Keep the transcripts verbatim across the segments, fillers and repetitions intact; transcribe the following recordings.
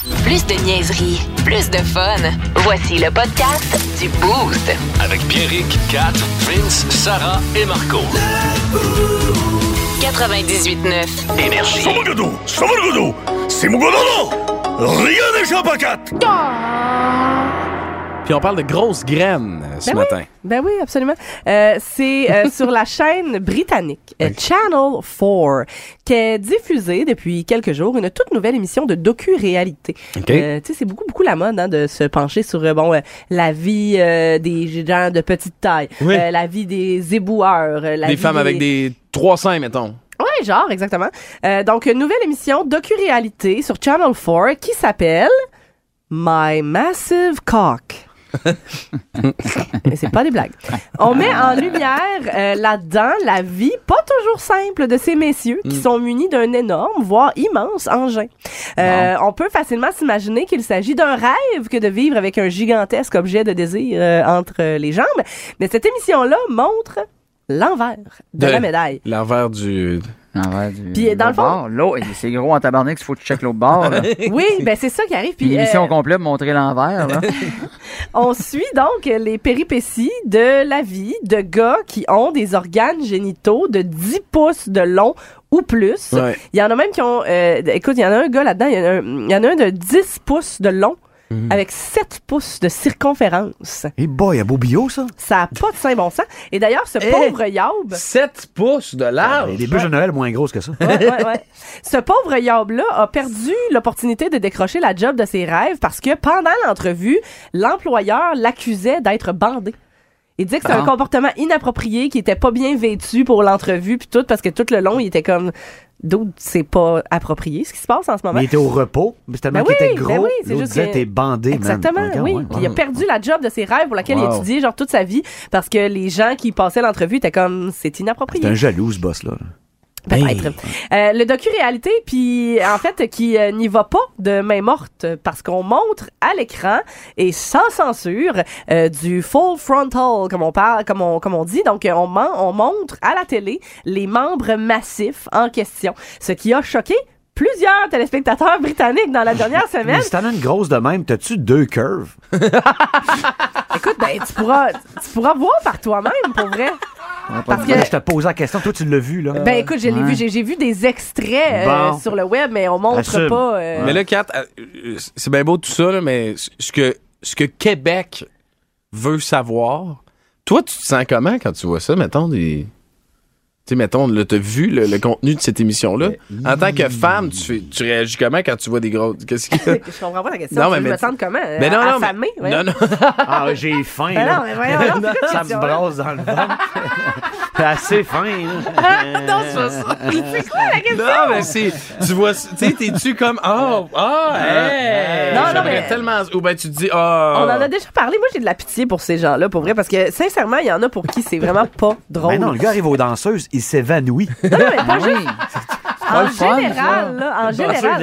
Plus de niaiserie, plus de fun. Voici le podcast du Boost. Avec Pierrick, Kat, Vince, Sarah et Marco. quatre-vingt-dix-huit neuf Énergie. Somagodo, Somagodo, c'est mon godono. Rien n'échappe à quatre. Puis on parle de grosses graines euh, ce Ben matin. Oui. Ben oui, absolument. Euh, c'est euh, sur la chaîne britannique euh, Channel four qui est diffusée depuis quelques jours une toute nouvelle émission de docu-réalité. Okay. Euh, tu sais, c'est beaucoup, beaucoup la mode hein, de se pencher sur euh, bon euh, la vie euh, des gens de petite taille, Oui. euh, la vie des éboueurs, euh, la Des vie femmes des... avec des trois seins, mettons. Ouais, genre, exactement. Euh, donc, une nouvelle émission docu-réalité sur Channel four qui s'appelle My Massive Cock. Mais c'est pas des blagues. On met en lumière euh, là-dedans la vie pas toujours simple de ces messieurs qui Mm. sont munis d'un énorme, voire immense engin. Euh, on peut facilement s'imaginer qu'il s'agit d'un rêve que de vivre avec un gigantesque objet de désir euh, entre les jambes. Mais cette émission-là montre l'envers de, De- la médaille. L'envers du... L'envers du, Puis, dans le l'autre fond- bord. L'autre, c'est gros en tabarnak, il faut que tu checkes l'autre bord. Là. Oui, ben c'est ça qui arrive. Puis Puis, l'émission euh, au complet pour montrer l'envers. Là. on suit donc les péripéties de la vie de gars qui ont des organes génitaux de dix pouces de long ou plus. Ouais. Il y en a même qui ont... euh, écoute, il y en a un gars là-dedans, il y en a un, il y en a un de dix pouces de long avec sept pouces de circonférence. Eh boy, un beau bio, ça. Ça n'a pas de saint bon sens. Et d'ailleurs, ce Eh! pauvre yaub... sept pouces de large. Des bûches de Noël moins grosses que ça. Ouais, ouais, ouais. Ce pauvre Yob-là a perdu l'opportunité de décrocher la job de ses rêves parce que pendant l'entrevue, l'employeur l'accusait d'être bandé. Il disait que c'était Ah. un comportement inapproprié, qu'il était pas bien vêtu pour l'entrevue puis tout, parce que tout le long, il était comme... D'autres, c'est pas approprié ce qui se passe en ce moment. Mais il était au repos, mais c'est tellement Ben qu'il oui, était gros. ben oui, c'est L'autre juste disait, que- t'es bandé, man. Exactement, Regarde, oui. ouais. Puis il a perdu la job de ses rêves pour laquelle il a Wow. étudié genre toute sa vie parce que les gens qui passaient l'entrevue étaient comme c'est inapproprié. C'est un jaloux, ce boss-là. Peut-être. Euh, le docu-réalité, puis en fait, qui euh, n'y va pas de main morte parce qu'on montre à l'écran et sans censure euh, du full frontal, comme on parle, comme on, comme on dit. Donc, on, man- on montre à la télé les membres massifs en question, ce qui a choqué plusieurs téléspectateurs britanniques dans la dernière Mais semaine. si t'en as une grosse de même, t'as-tu deux curves? Écoute, ben, tu pourras, tu pourras voir par toi-même, pour vrai. Parce que Là, je te pose la question. Toi, tu l'as vu, là. Ben écoute, je l'ai Ouais. vu, j'ai, j'ai vu des extraits euh, Bon. sur le web, mais on montre Assume. pas. euh, Mais là, Kat, euh, c'est bien beau tout ça, là, mais ce que, ce que Québec veut savoir, toi, tu te sens comment quand tu vois ça, mettons, des... Tu sais, mettons, là, t'as vu le, le contenu de cette émission-là. En tant que femme, tu, fais, tu réagis comment quand tu vois des gros... Qu'est-ce qu'il y a? Je comprends pas la question. Non, Tu mais- veux mais- me tendre comment? euh, Mais non, non, affamé, mais... ouais. Non, non. Ah, j'ai faim, Ben là. non, mais voyons, non, c'est quoi cette Ça me question-là? brasse dans le ventre. T'as assez faim, là. Non, c'est pas ça. C'est quoi la question? Non, mais c'est... Tu vois... Tu sais, t'es-tu comme... Ah, ah, hey! Non, non, J'aimerais mais- tellement... Ou ben, tu te dis... Ah... On en a déjà parlé. Moi, j'ai de la pitié pour ces gens-là, pour vrai, parce que sincèrement, il y en a pour qui c'est vraiment pas drôle. Mais non, le gars arrive aux danseuses, il s'évanouit. Non, non, mais pas Ah oui. juste. pas En le fun, général, là, en général.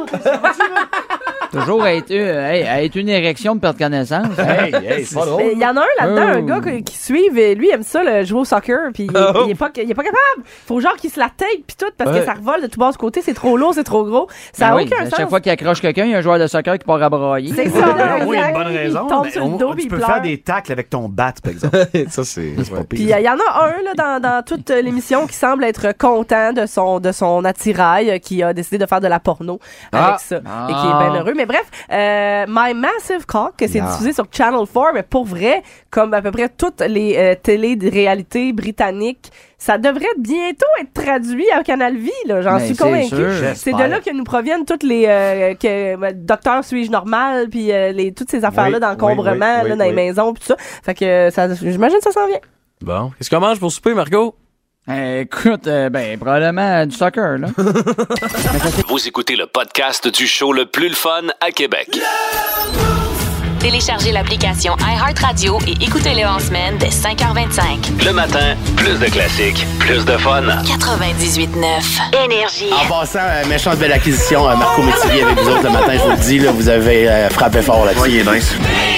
Toujours être, euh, hey, être une érection de perdre connaissance. Hey, hey, c'est pas drôle. Mais il y en a un là-dedans, un Oh. gars qui, qui suit, et lui, il aime ça, le jouer au soccer, puis il, il est pas, il est pas capable. Faut genre qu'il se la tape, puis tout, parce Ouais. que ça revole de tout bas de côté, c'est trop lourd, c'est trop gros. Ça Ben a oui, aucun à sens. chaque fois qu'il accroche quelqu'un, il y a un joueur de soccer qui part à brailler. C'est ça, là, Oui, il y a une exact. bonne raison. Il tombe mais sur le on- dos, tu puis il peux pleure. faire des tacles avec ton bat, par exemple. Ça, c'est... C'est pas ouais. Puis pire. il y en a un là, dans, dans toute euh, l'émission qui semble être content de son, de son attirail, euh, qui a décidé de faire de la porno Ah. avec ça, Ah. et qui est bien heureux. Mais bref, euh, My Massive Cock, que c'est Yeah. diffusé sur Channel four, mais pour vrai, comme à peu près toutes les euh, télés de réalité britanniques, ça devrait bientôt être traduit à Canal Vie, là, j'en Mais suis c'est convaincue. sûr. C'est de là que nous proviennent toutes les euh, que euh, Docteur suis-je normal, puis euh, les toutes ces affaires-là Oui, d'encombrement oui, oui, là, oui, dans les oui. maisons, puis tout ça. Fait que euh, ça, j'imagine que ça s'en vient. Bon. Qu'est-ce qu'on mange pour souper, Marco? Euh, écoute, euh, ben, probablement euh, du soccer, là. Vous écoutez le podcast du show le plus le fun à Québec. Téléchargez l'application iHeartRadio et écoutez-le en semaine dès cinq heures vingt-cinq. Le matin, plus de classiques, plus de fun. quatre-vingt-dix-huit neuf Énergie. En passant, euh, méchante belle acquisition, euh, Marco Métivier avec vous autres le matin, je vous le dis, là, vous avez euh, frappé fort là-dessus. il est nice.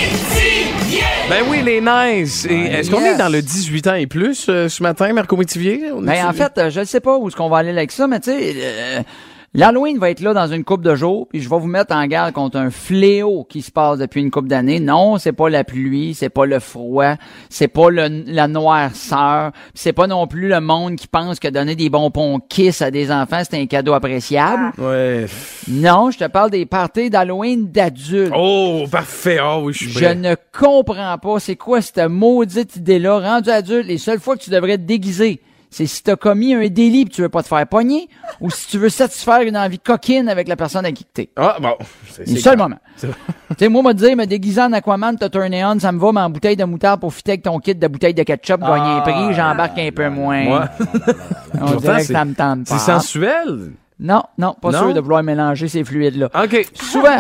Ben oui, les nice. Et est-ce qu'on Yes. est dans le dix-huit ans et plus euh, ce matin, Marco Métivier? On Ben, est- en fait, euh, je ne sais pas où est-ce qu'on va aller avec ça, mais tu sais, euh, L'Halloween va être là dans une couple de jours, puis je vais vous mettre en garde contre un fléau qui se passe depuis une couple d'années. Non, c'est pas la pluie, c'est pas le froid, c'est pas le, la noirceur, c'est pas non plus le monde qui pense que donner des bonbons Kiss à des enfants, c'est un cadeau appréciable. Ouais. Non, je te parle des parties d'Halloween d'adultes. Oh, parfait. Ah oui, je suis Je prêt. ne comprends pas c'est quoi cette maudite idée-là. Rendu adulte, les seules fois que tu devrais te déguiser, c'est si t'as commis un délit et tu veux pas te faire pogner, ou si tu veux satisfaire une envie coquine avec la personne à qui t'es. Ah, bon. C'est, Le c'est seul clair. moment. Tu sais, moi, me dire, me déguiser en Aquaman, t'as turné on, ça me va, mais en bouteille de moutarde pour fitter avec ton kit de bouteille de ketchup, gagner un prix, j'embarque un peu moins. Ouais. On Pourtant, dirait que c'est- ça me tente pas. C'est sensuel. Non, non, pas Non? sûr de vouloir mélanger ces fluides-là. OK. Souvent,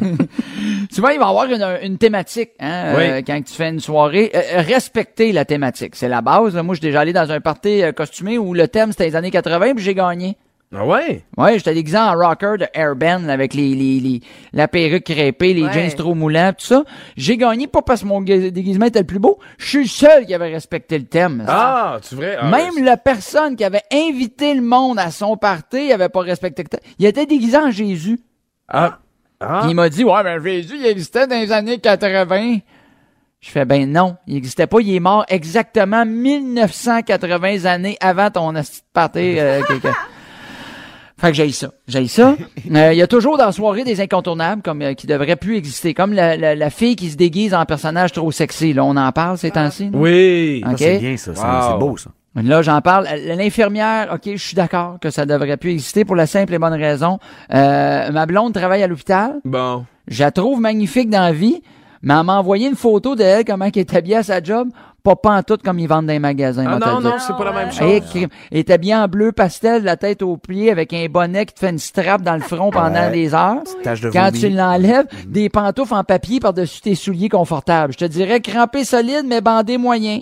souvent, il va y avoir une, une thématique hein, Oui. euh, quand tu fais une soirée. Euh, respecter la thématique, c'est la base. Là. Moi, je suis déjà allé dans un party euh, costumé où le thème, c'était les années quatre-vingts, puis j'ai gagné. Ah ouais? Ouais, j'étais déguisé en rocker de Airband là, avec les, les, les, la perruque crêpée, les Ouais. jeans trop moulants, tout ça. J'ai gagné pas parce que mon gu- déguisement était le plus beau. Je suis le seul qui avait respecté le thème. Ah, tu vrai? Ah, Même la personne qui avait invité le monde à son party, il avait pas respecté le thème. Il était déguisé en Jésus. Ah. Ah. Puis il m'a dit, ouais, ben Jésus, il existait dans les années quatre-vingts. Je fais, ben non, il existait pas. Il est mort exactement mille neuf cent quatre-vingts années avant ton asti de party. Euh, que- que- Fait que j'ai ça. J'ai ça. Euh, Il y a toujours dans la soirée des incontournables comme euh, qui devraient plus exister. Comme la, la, la fille qui se déguise en personnage trop sexy. Là, on en parle ces temps-ci. là? Oui. Ok. Ça, c'est bien, ça. C'est, Wow. c'est beau, ça. Là, j'en parle. L'infirmière, OK, je suis d'accord que ça devrait plus exister pour la simple et bonne raison. Euh, ma blonde travaille à l'hôpital. Bon. Je la trouve magnifique dans la vie, mais elle m'a envoyé une photo d'elle, comment elle est habillée à sa job. Pas pantoute comme ils vendent dans les magasins. Ah moi, te non, le dire. non, c'est pas la même Elle chose. est- elle est habillée en bleu pastel, la tête aux pieds, avec un bonnet qui te fait une strap dans le front pendant Ouais. des heures. Tache de Quand vomi. tu l'enlèves, des pantoufles en papier par-dessus tes souliers confortables. Je te dirais crampé solide, mais bandé moyen.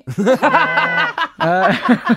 Euh,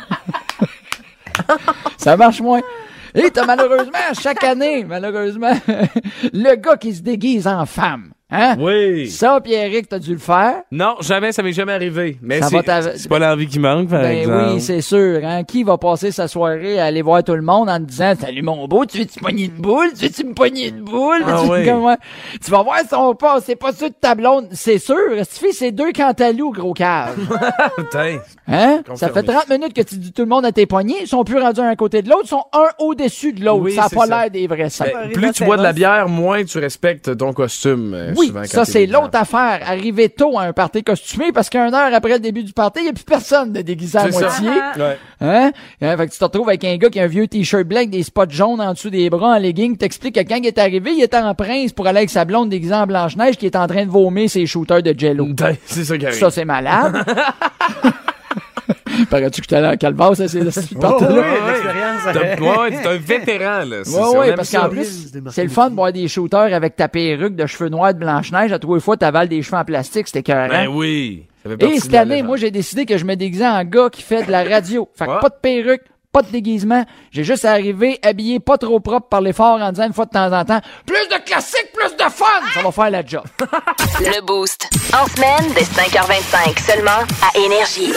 Ça marche moins. Et t'as malheureusement, chaque année, malheureusement, le gars qui se déguise en femme. Hein? Oui. Ça, Pierrick, t'as dû le faire. Non, jamais, ça m'est jamais arrivé. Mais Ça c'est, va t'av- c'est pas l'envie qui manque, par Ben exemple. oui, c'est sûr. Hein? Qui va passer sa soirée à aller voir tout le monde en te disant « Salut mon beau, tu veux-tu pogner une boule? Tu veux-tu me pogner une boule? » Ah tu, oui. comment- tu vas voir son pas, c'est pas sûr de ta blonde. C'est sûr, cette fille, c'est deux cantalous, gros cave. Putain. Hein? Confirmé. Ça fait trente minutes que tu dis tout le monde à tes poignets. Ils sont plus rendus un côté de l'autre, ils sont un au-dessus de l'autre. Oui, ça n'a c'est pas ça. l'air des vrais seins. Ben, plus tu bois de la bière, moins tu respectes ton costume. euh, Oui, souvent, quand ça t'es c'est déguisant. l'autre affaire. Arriver tôt à un party costumé parce qu'une heure après le début du party, il n'y a plus personne de déguisé à C'est ça. moitié. Ouais. Hein? Hein? Fait que tu te retrouves avec un gars qui a un vieux t-shirt blanc avec des spots jaunes en dessous des bras en legging, qui t'explique que quand il est arrivé, il était en prince pour aller avec sa blonde déguisée en Blanche-Neige qui est en train de vomir ses shooters de Jello. Putain, c'est ça qui arrive. Ça, c'est malade. Parais-tu que tu allé à Calvas, ça, c'est ce party-là? ouais, ouais. T'es un- ouais, t'es un vétéran, là. C'est- Ouais, c'est- on ouais, aime parce ça. qu'en plus, c'est le fun de voir des shooters avec ta perruque de cheveux noirs de Blanche-Neige. À tous les fois, t'avales des cheveux en plastique, c'était écœurant. Ben oui. Ça fait partie Et de cette la année, légende. moi, j'ai décidé que je me déguisais en gars qui fait de la radio. Fait que Ouais. pas de perruque, pas de déguisement. J'ai juste arrivé habillé pas trop propre par l'effort en disant une fois de temps en temps, plus de classique, plus de fun! Ça va faire la job. Le Boost. En semaine, dès cinq heures vingt-cinq, seulement à Énergie.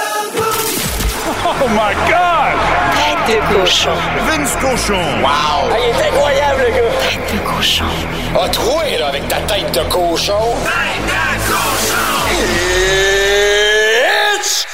Oh my God! Tête de cochon. Vince Cochon! Wow! Il est incroyable, le gars! Tête de cochon. A troué, là, avec ta tête de cochon. Tête de cochon! It's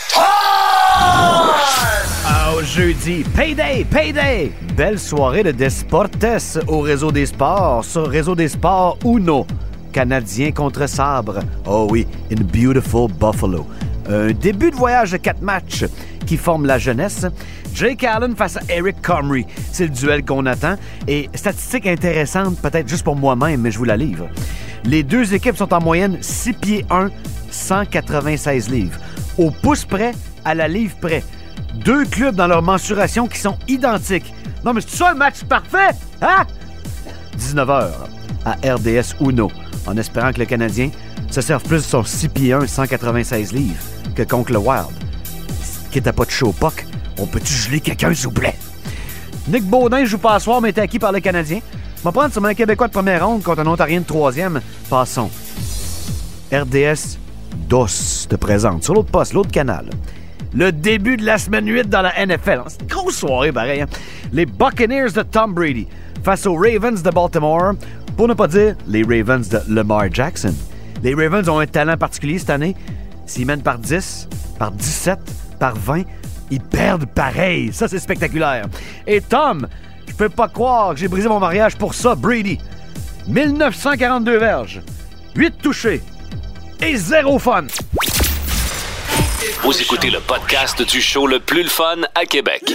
time! Ah, au jeudi, Payday, Payday! Belle soirée de Desportes au Réseau des Sports, sur Réseau des Sports Uno. Canadien contre Sabre. Oh oui, in beautiful Buffalo. Un début de voyage de quatre matchs qui forment la jeunesse. Jake Allen face à Eric Comrie. C'est le duel qu'on attend. Et statistique intéressante, peut-être juste pour moi-même, mais je vous la livre. Les deux équipes sont en moyenne six pieds un, cent quatre-vingt-seize livres. Au pouce près, à la livre près. Deux clubs dans leur mensuration qui sont identiques. Non, mais c'est ça le match parfait, hein? dix-neuf heures à R D S Uno, en espérant que le Canadien se serve plus de son six pieds un, cent quatre-vingt-seize livres que contre le Wild. Quitte à pas de show puck, on peut-tu geler quelqu'un, s'il vous plaît? Nick Baudin joue pas à soir, mais est acquis par le Canadien. On va prendre sur un Québécois de première ronde contre un Ontarien de troisième. Passons. R D S DOS te présente sur l'autre poste, l'autre canal. Le début de la semaine huit dans la N F L. C'est une grosse soirée, pareil. Hein? Les Buccaneers de Tom Brady face aux Ravens de Baltimore, pour ne pas dire les Ravens de Lamar Jackson. Les Ravens ont un talent particulier cette année. S'ils mènent par dix, par dix-sept, par vingt, ils perdent pareil. Ça, c'est spectaculaire. Et Tom, je peux pas croire que j'ai brisé mon mariage pour ça, Brady. mille neuf cent quarante-deux verges, huit touchés et zéro fun. Vous écoutez le podcast du show le plus le fun à Québec.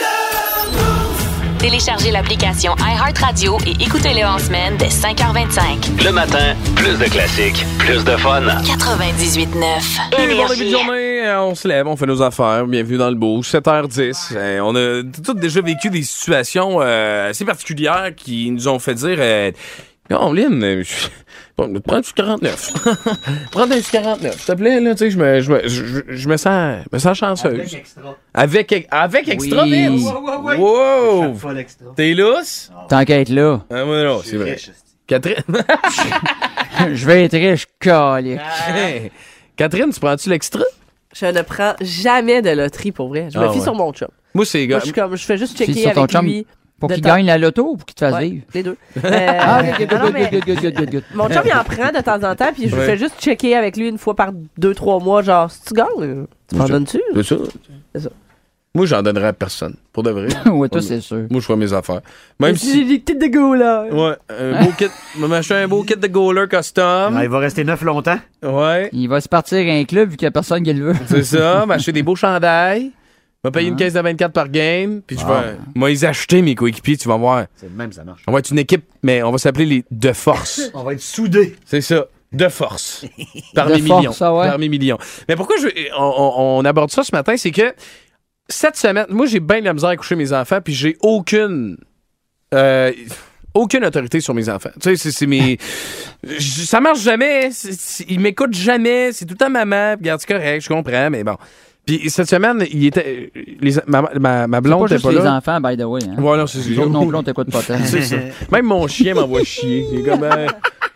Téléchargez l'application iHeartRadio et écoutez-le en semaine dès cinq heures vingt-cinq. Le matin, plus de classiques, plus de fun. quatre-vingt-dix-huit neuf. Hey, bon début de journée, euh, on se lève, on fait nos affaires. Bienvenue dans le bouge, sept heures dix. Euh, on a tous déjà vécu des situations euh, assez particulières qui nous ont fait dire euh, non, Lynn, euh, je... bon, prends du quarante-neuf. Prends du quarante-neuf, s'il te plaît, là, tu sais, je me, je, me, je, je me sens, me sens chanceuse. Avec extra. Avec, avec extra, Oui. Vince. Ouais, Wow! T'es lousse? Tant qu'à être là. Ah, ouais, non, c'est vrai. Catherine. Je vais être riche, calique. Hey. Catherine, tu prends-tu l'extra? Je ne prends jamais de loterie, pour vrai. Je me Ah, fie ouais. sur mon chum. Moi, c'est Moi, gars. je, suis comme, je fais juste Fie checker sur ton avec chum. lui. Pour de qu'il temps- gagne la loto ou pour qu'il te fasse Ouais, vivre? les deux. Ah, Euh, ok, good, non, non, good, mais good, good, good, good, good. mon chum, il en prend de temps en temps, puis je Ouais. fais juste checker avec lui une fois par deux, trois mois, genre, si tu gagnes, tu m'en Je- donnes-tu? C'est ça. C'est ça. Moi, j'en donnerais à personne. Pour de vrai. Ouais, toi, c'est sûr. Moi, je ferais mes affaires. Même J'ai si. des petites de go, là. Ouais, un beau kit. Je vais acheter un beau kit de goaler custom. Ah, il va rester neuf longtemps. Ouais, Il va se partir à un club vu qu'il n'y a personne qui le veut. c'est ça. M'acheter des beaux chandails. Je vais payer une Ah. caisse de vingt-quatre par game. Puis je Ah. vais. Moi, les acheter, mes coéquipiers, tu vas voir. C'est le même, ça marche. On va être une équipe, mais on va s'appeler les de force. On va être soudés. C'est ça. De force. Parmi De force, millions. ça, ouais. Parmi millions. Mais pourquoi je, on, on- on aborde ça ce matin, c'est que cette semaine, moi, j'ai bien de la misère à coucher mes enfants, puis j'ai aucune. euh, aucune autorité sur mes enfants. Tu sais, c'est, c'est mes. je- ça marche jamais. C'est- c'est- ils m'écoutent jamais. C'est tout le temps maman. Puis, regarde, c'est correct, je comprends, mais bon. Puis cette semaine, il était. Les, ma, ma, ma C'est blonde pas était juste pas les là. enfants, by the way. Hein. Ouais, non, c'est Les autres non plus, on t'écoute pas tant. C'est ça. Même mon chien m'envoie chier. Il est comme. euh,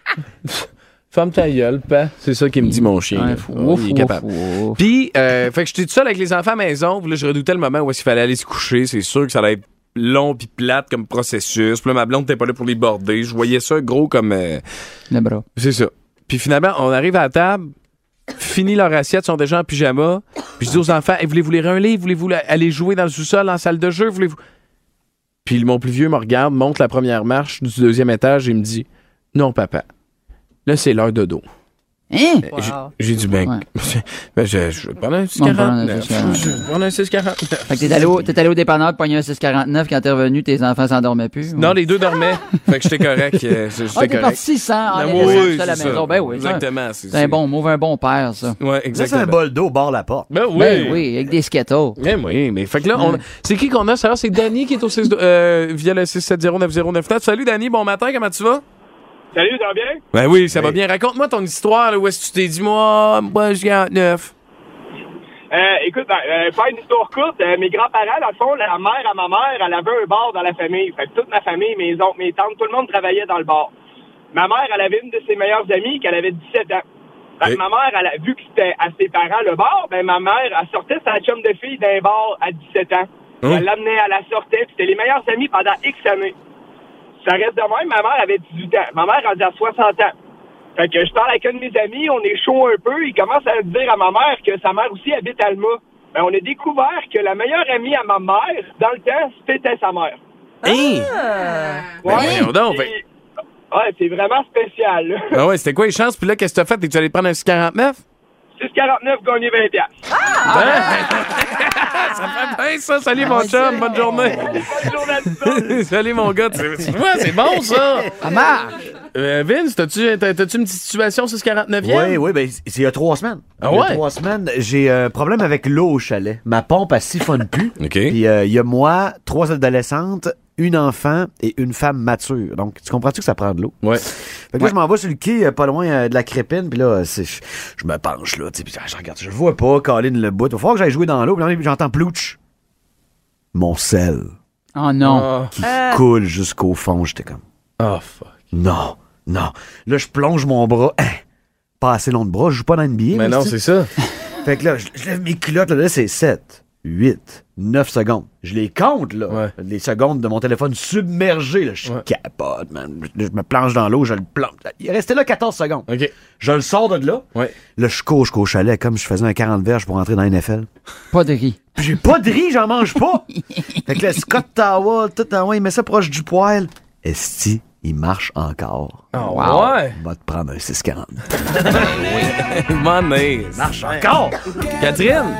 Ferme ta gueule, pa. C'est ça qu'il me dit, mon chien. Ouais, là. fou, Oh, ouf, il est ouf, capable. ouf. Puis, euh, fait que j'étais tout seul avec les enfants à la maison. Puis là, je redoutais le moment où est-ce qu'il fallait aller se coucher. C'est sûr que ça allait être long puis plate comme processus. Puis là, ma blonde n'était pas là pour les border. Je voyais ça gros comme... euh, Le bras. c'est ça. Puis finalement, on arrive à la table. Fini leur assiette, ils sont déjà en pyjama. Puis je dis aux enfants, hey, voulez-vous lire un livre? Voulez-vous aller jouer dans le sous-sol, en salle de jeu? Voulez-vous... Puis mon plus vieux me regarde, monte la première marche du deuxième étage et il me dit, non, papa. Là, c'est l'heure de dos. Hein? Wow. J'ai- J'ai dit, ben, Ouais. ben je, je vais te prendre un six On va prendre un quarante-neuf. six quarante-neuf. Je vais te prendre un six quarante-neuf. Fait que t'es allé au, t'es allé au dépanneur pour pogner un six quarante-neuf quand t'es revenu, tes enfants s'endormaient plus. Non, les deux dormaient. Fait que j'étais correct. euh, J'étais Ah, t'es correct. parti sans en Ah, laissant oui, ça à la c'est maison. ça. Ben oui, ça, Exactement. c'est un bon move, un bon père, ça. Ouais, Ça, c'est exactement. un bol d'eau, barre la porte. Ben oui. Ben oui, avec des Skittles. Ben oui, mais fait que là, on... Ouais. c'est qui qu'on a? Ça, c'est Danny qui est au six, euh, via le six sept zéro neuf zéro neuf neuf. Salut Danny, bon matin, comment tu vas? Salut, ça va bien? Ben oui, ça va Oui. bien. Raconte-moi ton histoire, là, où est-ce que tu t'es dit, moi, moi, je quarante-neuf. Euh, écoute, ben, euh, faire une histoire courte, euh, mes grands-parents, dans le fond, la mère à ma mère, elle avait un bar dans la famille. Fait que toute ma famille, mes oncles, mes tantes, tout le monde travaillait dans le bar. Ma mère, elle avait une de ses meilleures amies qui elle avait dix-sept ans. Fait que Et- ma mère, elle a vu que c'était à ses parents le bar, ben ma mère, elle sortait sa chum de fille d'un bar à dix-sept ans. Hein? Elle l'amenait, elle la sortait, puis c'était les meilleures amies pendant X années. Ça reste de même, ma mère avait dix-huit ans. Ma mère rendait à soixante ans. Fait que je parle avec un de mes amis, on est chaud un peu, il commence à dire à ma mère que sa mère aussi habite Alma. Ben, on a découvert que la meilleure amie à ma mère, dans le temps, c'était sa mère. Hey! Ah. Ben, voyons donc, Puis- fait- Ouais, c'est vraiment spécial, là. Ah ouais, c'était quoi les chances? Puis là, qu'est-ce que t'as fait? T'es-tu allé te prendre un six quarante-neuf? six quarante-neuf, gagné vingt piastres. Ça fait bien ça. Salut mon chum, bonne journée. Bonne journée à tous. Salut mon gars. Tu tu vois, c'est bon ça. Ça marche! Euh, Vince, t'as-tu, t'as- t'as-tu une petite situation six quarante-neuvième? Oui, oui, ben, c'est il y a trois semaines. Ah Il y a ouais? trois semaines, j'ai un problème avec l'eau au chalet. Ma pompe, elle siphonne plus. OK. Puis euh, il y a moi, trois adolescentes, une enfant et une femme mature. Donc, tu comprends-tu que ça prend de l'eau? Ouais. Fait que là, je m'en vais sur le quai, euh, pas loin euh, de la Crépine, puis là, c'est- je je me penche là, tu sais, puis je regarde, je le vois pas, Colin le bout. Il va falloir que j'aille jouer dans l'eau, puis là, j'entends plouch. Mon sel Oh non. Ah. qui Ah. coule jusqu'au fond. J'étais comme, Oh, fuck. non, non. Là, je plonge mon bras. Hein, pas assez long de bras, je joue pas dans une billet. Mais non, c'est ça. Fait que là, je, je lève mes culottes, là, là c'est sept, huit, neuf secondes. Je les compte, là. Ouais. Les secondes de mon téléphone submergé, là. Je Ouais. capote, man. Je me plonge dans l'eau, je le plonge. Il restait là quatorze secondes. OK. Je le sors de là. Ouais. Là, je cours jusqu'au chalet comme je faisais un quarante verges pour entrer dans la N F L. Pas de riz. Puis j'ai pas de riz, j'en mange pas. Fait que le Scott Towel, tout en haut, il met ça proche du poêle. Esti, il marche encore. Oh, Wow. ouais. Va te prendre un six quarante. Money. Marche encore! Catherine!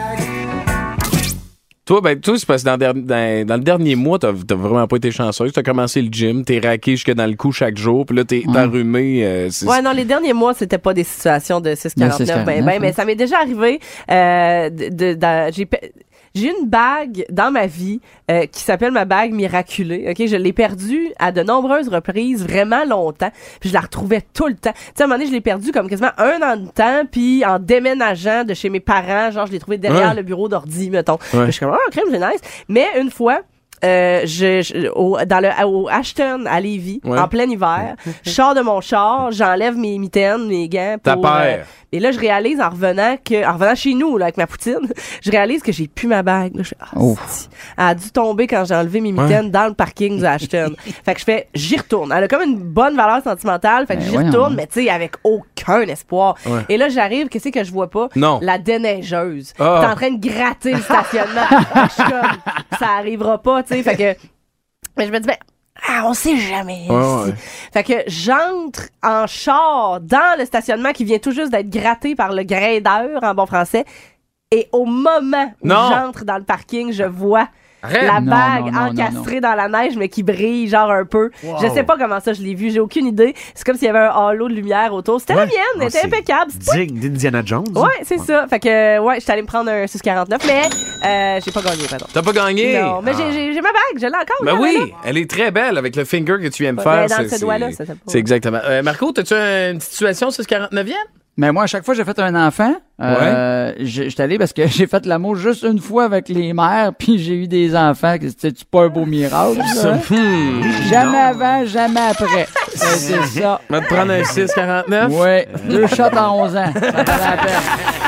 Toi, ben, toi, c'est parce que dans, der- dans, dans le dernier mois, t'as, t'as vraiment pas été chanceuse. T'as commencé le gym, t'es raqué jusque dans le cou chaque jour, puis là, t'es Ouais. enrhumé. Euh, c'est- Ouais, non, les derniers mois, c'était pas des situations de six De quarante-neuf, six quarante-neuf, ben, ben, hein. mais ça m'est déjà arrivé. Euh, de, de- dans- j'ai, pe- j'ai une bague dans ma vie euh, qui s'appelle ma bague miraculée. Ok, je l'ai perdue à de nombreuses reprises, vraiment longtemps. Puis je la retrouvais tout le temps. Tu sais, à un moment donné, je l'ai perdue comme quasiment un an de temps, puis en déménageant de chez mes parents, genre je l'ai trouvée derrière Ouais. le bureau d'ordi, mettons. Ouais. Puis je suis comme ah, crème, c'est nice. Mais une fois. Euh, je, je- au, dans le au Ashton à Lévis, Ouais. en plein hiver, je sors de mon char, j'enlève mes mitaines, mes gants Ta pour, paire. et là je réalise en revenant que en revenant chez nous là, avec ma poutine, je réalise que j'ai plus ma bague. Là, je fais, ah, Oh. si. Elle a dû tomber quand j'ai enlevé mes mitaines dans le parking du Ashton. Fait que je fais j'y retourne. Elle a comme une bonne valeur sentimentale, fait que Ben j'y voyons retourne donc. mais tu sais avec aucun espoir. Ouais. Et là j'arrive, qu'est-ce que je vois pas Non. La déneigeuse. Ah. T'es en train de gratter le stationnement. Fait que je suis comme ça arrivera pas, tu sais, fait que mais je me dis, ben, ah, on sait jamais. Ouais, ici. ouais. Fait que j'entre en char dans le stationnement qui vient tout juste d'être gratté par le graideur en bon français. Et au moment où Non. j'entre dans le parking, je vois Arrête. la Non, bague non, non, encastrée dans la neige, mais qui brille genre un peu. Wow. Je sais pas comment ça je l'ai vu, j'ai aucune idée. C'est comme s'il y avait un halo de lumière autour. C'était la mienne, elle Ah, était c'est impeccable. C'est pas- Digne d'Indiana Jones. Ouais, c'est ça. Fait que, ouais, j'étais allée me prendre un six quarante-neuf, mais euh, j'ai pas gagné, pardon. T'as pas gagné? Non, mais j'ai- j'ai j'ai ma bague, je l'ai encore. Ben là, oui, là. elle est très belle avec le finger que tu viens de Ouais, faire. ben, dans c'est, ce c'est- doigt-là, ça, ça peut- c'est exactement. Euh, Marco, t'as-tu une petite situation six quarante-neuvième? Mais moi, à chaque fois que j'ai fait un enfant, euh, j'ai- j'étais allé parce que j'ai fait l'amour juste une fois avec les mères, puis j'ai eu des enfants. que C'était-tu pas un beau miracle, ça? Hmm. Jamais avant, jamais après. Euh, C'est ça. On va te prendre un six quarante-neuf? Ouais, deux shots en onze ans. Ça valait la peine.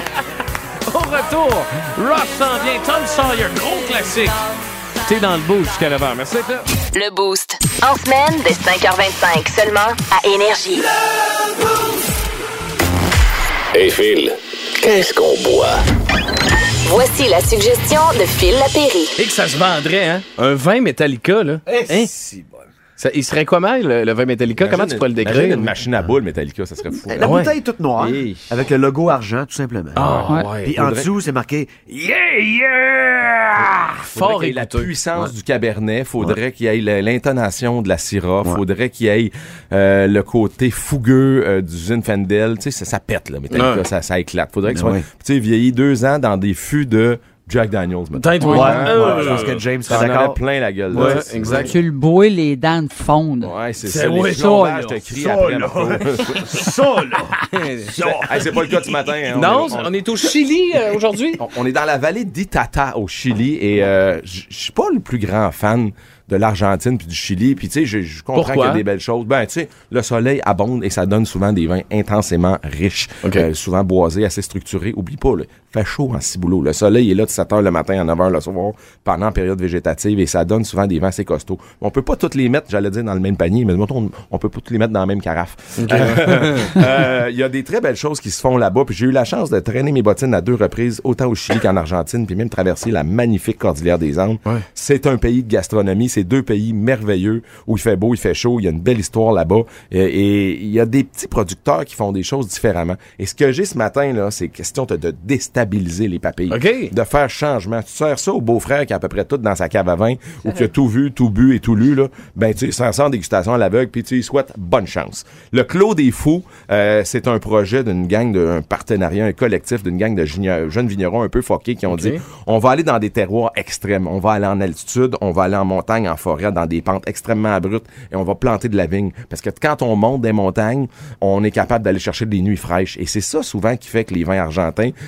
Au retour, Rock s'en vient, Tom Sawyer, gros classique. T'es dans le boost jusqu'à neuf heures. Merci d'être là. Le Boost. En semaine, dès cinq heures vingt-cinq, seulement à Énergie. Hey Phil, qu'est-ce qu'on boit? Voici la suggestion de Phil Lapéry. Et que ça se vendrait, hein? Un vin Metallica, là. Hein? Si bon. Ça, il serait comment, le, le vin Metallica? Comment tu pourrais le Imagine décrire? une machine à boules Metallica, ça serait fou. La Ouais. bouteille est toute noire, Hey. avec le logo argent, tout simplement. Ah, Ouais. ouais. Puis en dessous, c'est marqué Yeah, yeah! Faudrait Fort qu'il y ait la écouteux. puissance du cabernet, faudrait qu'il y ait le- l'intonation de la syrah, Ouais. faudrait qu'il y ait euh, le côté fougueux euh, du Zinfandel, tu sais, ça, ça pète, là, Metallica, Ouais. ça, ça éclate. Faudrait que ce Ben soit, ouais. tu sais, vieilli deux ans dans des fûts de Jack Daniels, mettons. Peut-être, oui. Ouais, Euh, ouais, je pense que James Ça en serait aurait d'accord. plein la gueule. là. Ouais, C'est- exact. Tu le bois les dents de fondre. Ouais, c'est C'est ça. ouais, Les ça, plombages là. te crient Ça, après. là. Marco. Ça, là. Hey, c'est pas le cas ce matin. hein. Non, On est- on est au Chili euh, aujourd'hui. On- On est dans la vallée d'Itata au Chili et euh, je je suis pas le plus grand fan de l'Argentine puis du Chili, puis tu sais, je- je comprends Pourquoi? qu'il y a des belles choses. Ben, tu sais, le soleil abonde et ça donne souvent des vins intensément riches, OK. euh, souvent boisés, assez structurés. Oublie pas, là, fait chaud en ciboulot. Le soleil est là de sept heures le matin à neuf heures le soir pendant la période végétative et ça donne souvent des vins assez costauds. On peut pas tous les mettre, j'allais dire, dans le même panier, mais mettons, on, on peut pas tous les mettre dans la même carafe. Euh, Il y a des très belles choses qui se font là-bas, puis j'ai eu la chance de traîner mes bottines à deux reprises, autant au Chili qu'en Argentine, puis même traverser la magnifique cordillère des Andes. Ouais. C'est un pays de gastronomie, c'est deux pays merveilleux où il fait beau, il fait chaud, il y a une belle histoire là-bas et, et il y a des petits producteurs qui font des choses différemment. Et ce que j'ai ce matin là, c'est question de, de déstabiliser les papilles, OK. de faire changement. Tu sers ça au beau-frère qui a à peu près tout dans sa cave à vin ou qui a tout vu, tout bu et tout lu là, ben tu sers ça en dégustation à l'aveugle puis tu lui souhaites bonne chance. Le Clos des Fous, euh, c'est un projet d'une gang, de, un partenariat, un collectif d'une gang de jeunes jeunes vignerons un peu fuckés qui ont OK. dit on va aller dans des terroirs extrêmes, on va aller en altitude, on va aller en montagne, en forêt, dans des pentes extrêmement abruptes et on va planter de la vigne. Parce que quand on monte des montagnes, on est capable d'aller chercher des nuits fraîches. Et c'est ça souvent qui fait que les vins argentins, chiliens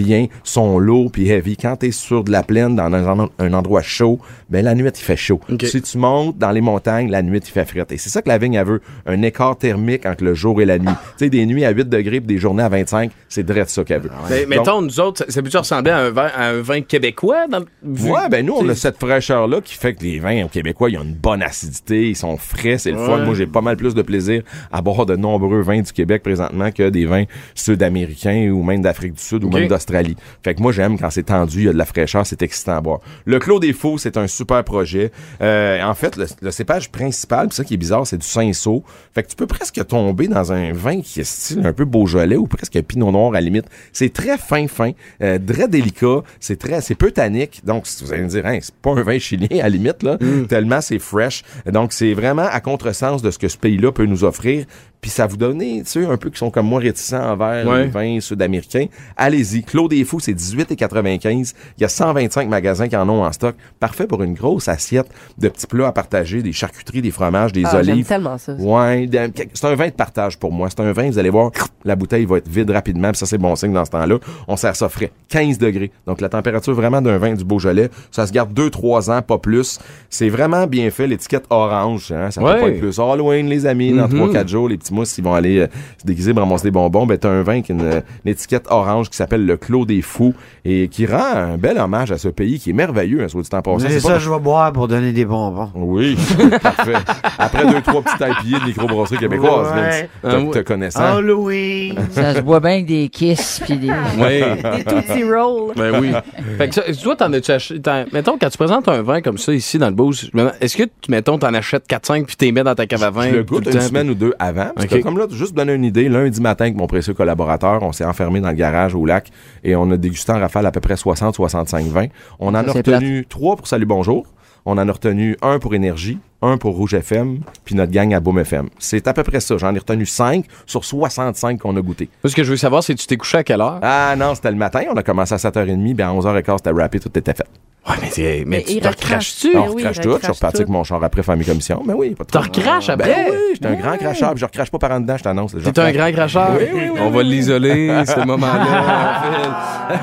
liens sont lourds puis heavy. Quand t'es sur de la plaine, dans un, un endroit chaud, ben la nuit, il fait chaud. Okay. Si tu montes dans les montagnes, la nuit, il fait frette. Et c'est ça que la vigne, elle veut, un écart thermique entre le jour et la nuit. Tu sais, des nuits à huit degrés puis des journées à vingt-cinq, c'est direct ça qu'elle veut. Mais, mettons, nous autres, ça, ça peut-tu ressembler à un vin, à un vin québécois? Dans, vu, ouais, ben nous, on a cette fraîcheur-là qui fait que les vins québécois, ils ont une bonne acidité, ils sont frais, c'est le ouais. fun. Moi, j'ai pas mal plus de plaisir à boire de nombreux vins du Québec présentement que des vins sud-américains ou même d'Afrique du Sud ou okay. même d'Australie. Fait que moi, j'aime quand c'est tendu, il y a de la fraîcheur, c'est excitant à boire. Le Clos des Faux, c'est un super projet. Euh, en fait, le, le cépage principal, pis ça qui est bizarre, c'est du Cinsault. Fait que tu peux presque tomber dans un vin qui est style un peu Beaujolais ou presque Pinot Noir à la limite. C'est très fin, fin, euh, très délicat, c'est très, c'est peu tannique. Donc, si vous allez me dire, hein, c'est pas un vin chilien à la limite, là, mm. tellement c'est fresh. Donc, c'est vraiment à contresens de ce que ce pays-là peut nous offrir. Puis ça vous donne, tu sais, un peu qui sont comme moi réticents envers ouais. les vins sud-américains. Allez-y. Clos des Fous, c'est dix-huit et quatre-vingt-quinze. Il y a cent vingt-cinq magasins qui en ont en stock. Parfait pour une grosse assiette de petits plats à partager, des charcuteries, des fromages, des ah, olives. J'aime tellement ça. Ouais. C'est un vin de partage pour moi. C'est un vin, vous allez voir, la bouteille va être vide rapidement. Puis ça, c'est bon signe dans ce temps-là. On sert ça frais. quinze degrés. Donc la température vraiment d'un vin du Beaujolais, ça se garde deux trois ans, pas plus. C'est vraiment bien fait. L'étiquette orange, hein, ça ouais. peut pas être plus. Halloween, les amis, dans trois quatre jours, les petits mousses, ils vont aller euh, se déguiser pour ramasser des bonbons. Ben, t'as un vin qui a une, une étiquette orange qui s'appelle le Clos des Fous et qui rend un bel hommage à ce pays qui est merveilleux, hein, soit dit en passant. C'est ça, pas... je vais boire pour donner des bonbons. Oui, parfait. Après deux, trois petits taille-pillés de microbrasserie québécoise, ouais. Vince, te, te connaissant. Halloween! Ça se boit bien avec des kisses pis des... Oui. Des Tootsie Rolls. Ben oui. Fait que ça, toi, t'en as-tu acheté... T'en, mettons, quand tu présentes un vin comme ça ici dans le Beauce, est-ce que, tu mettons, t'en achètes quatre cinq puis t'es mets dans ta cave à vin? Je le goûte une semaine ou deux avant. Parce okay. que comme là, juste donner une idée, lundi matin avec mon précieux collaborateur, on s'est enfermé dans le garage au lac et on a dégusté en rafale à peu près soixante soixante-cinq vins. On en ça, a retenu trois pour Salut Bonjour. On en a retenu un pour Énergie, un pour Rouge F M, puis notre gang à Boom F M. C'est à peu près ça. J'en ai retenu cinq sur soixante-cinq qu'on a goûté. Ce que je veux savoir, c'est tu t'es couché à quelle heure? Ah non, c'était le matin. On a commencé à sept heures trente, bien à onze heures quinze, c'était rapide, tout était fait. Ouais, mais, c'est, mais, mais tu te recraches-tu? On recrache tout. Je suis reparti avec mon char après faire mes commissions. Mais oui, pas de Tu recraches après? Ben oui, j'étais un grand cracheur. Je recrache pas par en dedans, je t'annonce. T'es un grand cracheur? Oui, oui, oui. On va l'isoler, ce moment-là.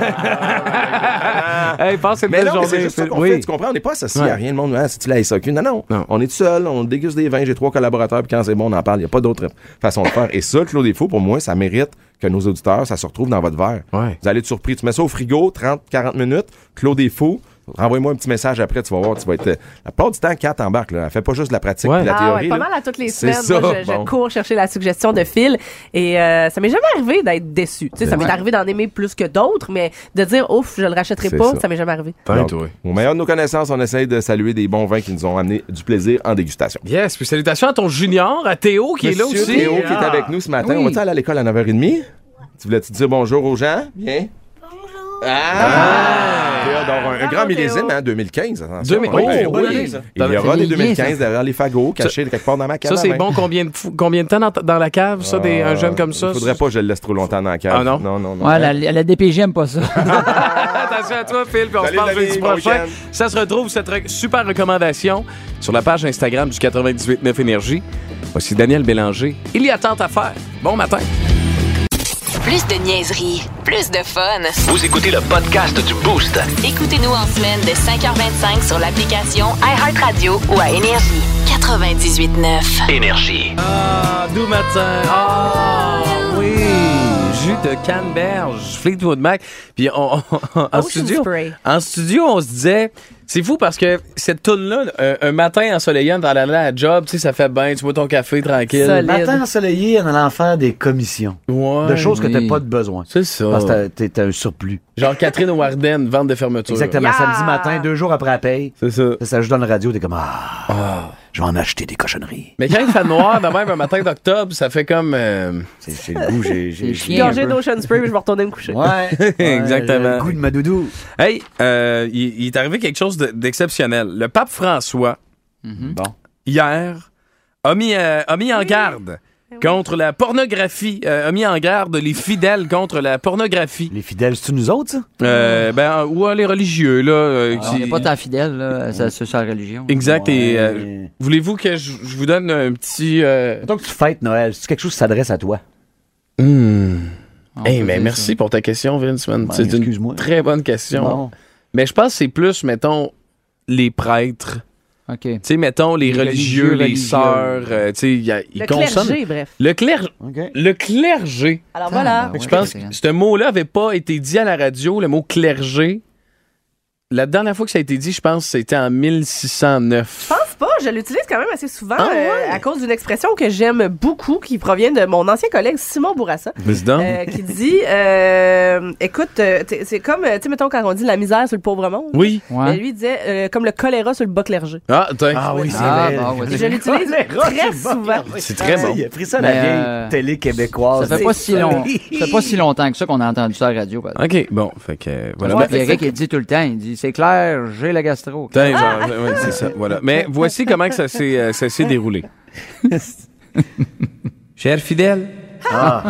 Hey, passe une mais belle non, journée. Mais c'est juste ça qu'on oui. fait. Tu comprends? On n'est pas associé ouais. à rien de monde. Hein, si tu l'as S A Q, non, non, non. On est tout seul, on déguste des vins. J'ai trois collaborateurs, puis quand c'est bon, on en parle. Il n'y a pas d'autre façon de faire. Et ça, le Clos des Faux, pour moi, ça mérite que nos auditeurs, ça se retrouve dans votre verre. Ouais. Vous allez être surpris. Tu mets ça au frigo, trente à quarante minutes, Clos des Faux. Renvoie-moi un petit message après, tu vas voir, tu vas être... La plupart du temps, Kat embarque, là. Elle fait pas juste de la pratique ouais. et la ah, théorie. Ouais, pas là. mal à toutes les semaines. Ça, moi, je, bon. je cours chercher la suggestion de Phil et euh, ça m'est jamais arrivé d'être déçu. Tu sais, ça ouais. m'est arrivé d'en aimer plus que d'autres, mais de dire, ouf, je le rachèterai c'est pas, ça, ça m'est jamais arrivé. Donc, au meilleur de nos connaissances, on essaye de saluer des bons vins qui nous ont amené du plaisir en dégustation. Yes, puis salutations à ton junior, à Théo, qui Monsieur est là aussi. Théo, ah. qui est avec nous ce matin. Oui. On va-tu aller à l'école à neuf heures trente? Ouais. Tu voulais-tu dire bonjour aux gens? Bien. Ah! ah. Théo, donc, un, un grand millésime, hein, deux mille quinze. deux mille... Oh, oui, oui. oui. Il y aura des deux mille quinze derrière les fagots, cachés quelque part dans ma cave. Ça, c'est bon. Combien de, combien de temps dans, dans la cave, ça, des, un jeune comme ça? Il faudrait pas que je le laisse trop longtemps dans la cave. Ah non? Non, non, non. Ouais, la, la D P G aime pas ça. Attention à toi, Phil, puis on se parle jeudi prochain. Ça se retrouve, cette re- super recommandation, sur la page Instagram du quatre-vingt-dix-huit neuf Énergie. Voici Daniel Bélanger. Il y a tant à faire. Bon matin. Plus de niaiserie, plus de fun. Vous écoutez le podcast du Boost. Écoutez-nous en semaine de cinq heures vingt-cinq sur l'application iHeartRadio ou à Énergie. quatre-vingt-dix-huit neuf. Énergie. Ah, doux matin. Ah, oui. Jus de canneberge, Fleetwood Mac. Puis on, on, en, Ocean studio, Spray. en studio, on se disait... C'est fou parce que cette toune-là, un, un matin ensoleillant dans la, la job, tu sais, ça fait bien, tu bois ton café tranquille. Solide. Matin ensoleillé en allant faire des commissions. Ouais, de choses oui. que t'as pas de besoin. C'est ça. Parce que t'as, t'as, t'as un surplus. Genre Catherine Warden, vente de fermeture. Exactement. Yeah. Samedi matin, deux jours après la paye. C'est ça. Ça, ça joue dans la radio, t'es comme, ah, Ah. je vais en acheter des cochonneries. Mais quand il fait noir, de même un matin d'octobre, ça fait comme... euh, C'est, c'est le goût, j'ai... j'ai, C'est j'ai chiant. Gorgée d'Ocean Spray, puis je vais retourner me coucher. Ouais. Exactement. Le goût de ma doudou. Hey, euh, il, il est arrivé quelque chose de- d'exceptionnel. Le pape François, Mm-hmm. Bon. hier, a mis, euh, a mis en garde contre la pornographie, euh, a mis en garde les fidèles contre la pornographie. Les fidèles, c'est-tu nous autres, ça? Euh, ben, ou euh, les religieux, là. euh, On qui- n'est pas tant fidèle, là, ça, c'est sa religion. Exact. Et euh, Ouais. voulez-vous que je, je vous donne un petit... euh, Mettons que tu fêtes Noël, c'est quelque chose qui s'adresse à toi. hmm. Hey, mais merci ça. pour ta question, Vince. Man. Ben, c'est excuse-moi. une très bonne question. Bon. Mais je pense que c'est plus, mettons, les prêtres. OK. Tu sais, mettons, les, les religieux, religieux, les sœurs, euh, tu sais, ils le consomment. Clergé, bref. Le, clergé. Okay. Le clergé. Alors voilà. Ah, ben, je ouais, pense que ce mot-là n'avait pas été dit à la radio, le mot clergé. La dernière fois que ça a été dit, je pense que c'était en mille six cent neuf. Je pense pas, je l'utilise quand même assez souvent ah, ouais. euh, à cause d'une expression que j'aime beaucoup qui provient de mon ancien collègue Simon Bourassa. Euh, qui dit euh, écoute, euh, c'est comme, tu sais, mettons quand on dit la misère sur le pauvre monde. Oui. Ouais. Lui il disait euh, comme le choléra sur le bas clergé. Ah, ah oui, c'est ah, vrai. Bah, ouais, je l'utilise très souvent. C'est très bon. Il a pris ça à la vieille euh, télé québécoise. Ça fait pas si long, ça fait pas si longtemps que ça qu'on a entendu ça à la radio. OK, bon, fait que euh, voilà. Ouais, Eric, il dit tout le temps, il dit c'est clair, j'ai la gastro. Genre, ouais, c'est ça, voilà. Mais voici comment que ça s'est, euh, ça s'est déroulé. Cher fidèle. Ah.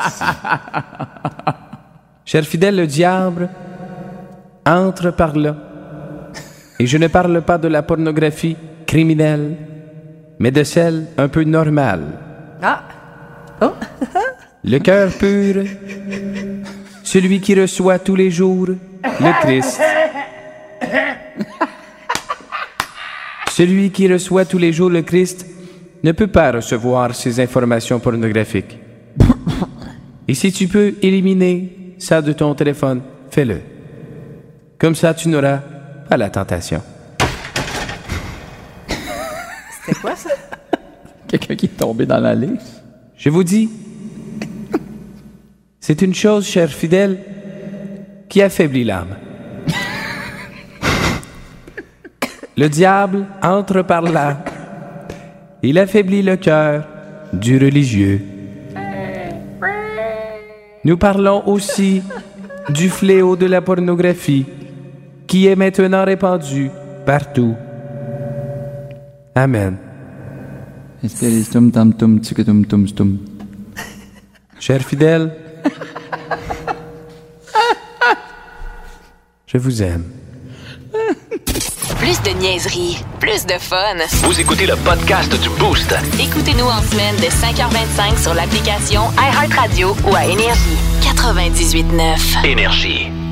Cher fidèle, le diable entre par là. Et je ne parle pas de la pornographie criminelle, mais de celle un peu normale. Ah. Oh. Le cœur pur, celui qui reçoit tous les jours le Christ. Celui qui reçoit tous les jours le Christ ne peut pas recevoir ces informations pornographiques. Et si tu peux éliminer ça de ton téléphone, fais-le. Comme ça, tu n'auras pas la tentation. C'était quoi ça? Quelqu'un qui est tombé dans la liste. Je vous dis, c'est une chose, cher fidèle, qui affaiblit l'âme. Le diable entre par là. Il affaiblit le cœur du religieux. Nous parlons aussi du fléau de la pornographie qui est maintenant répandu partout. Amen. Cher fidèle, je vous aime. Plus de niaiserie, plus de fun. Vous écoutez le podcast du Boost. Écoutez-nous en semaine de cinq heures vingt-cinq sur l'application iHeartRadio ou à Énergie. quatre-vingt-dix-huit neuf. Énergie.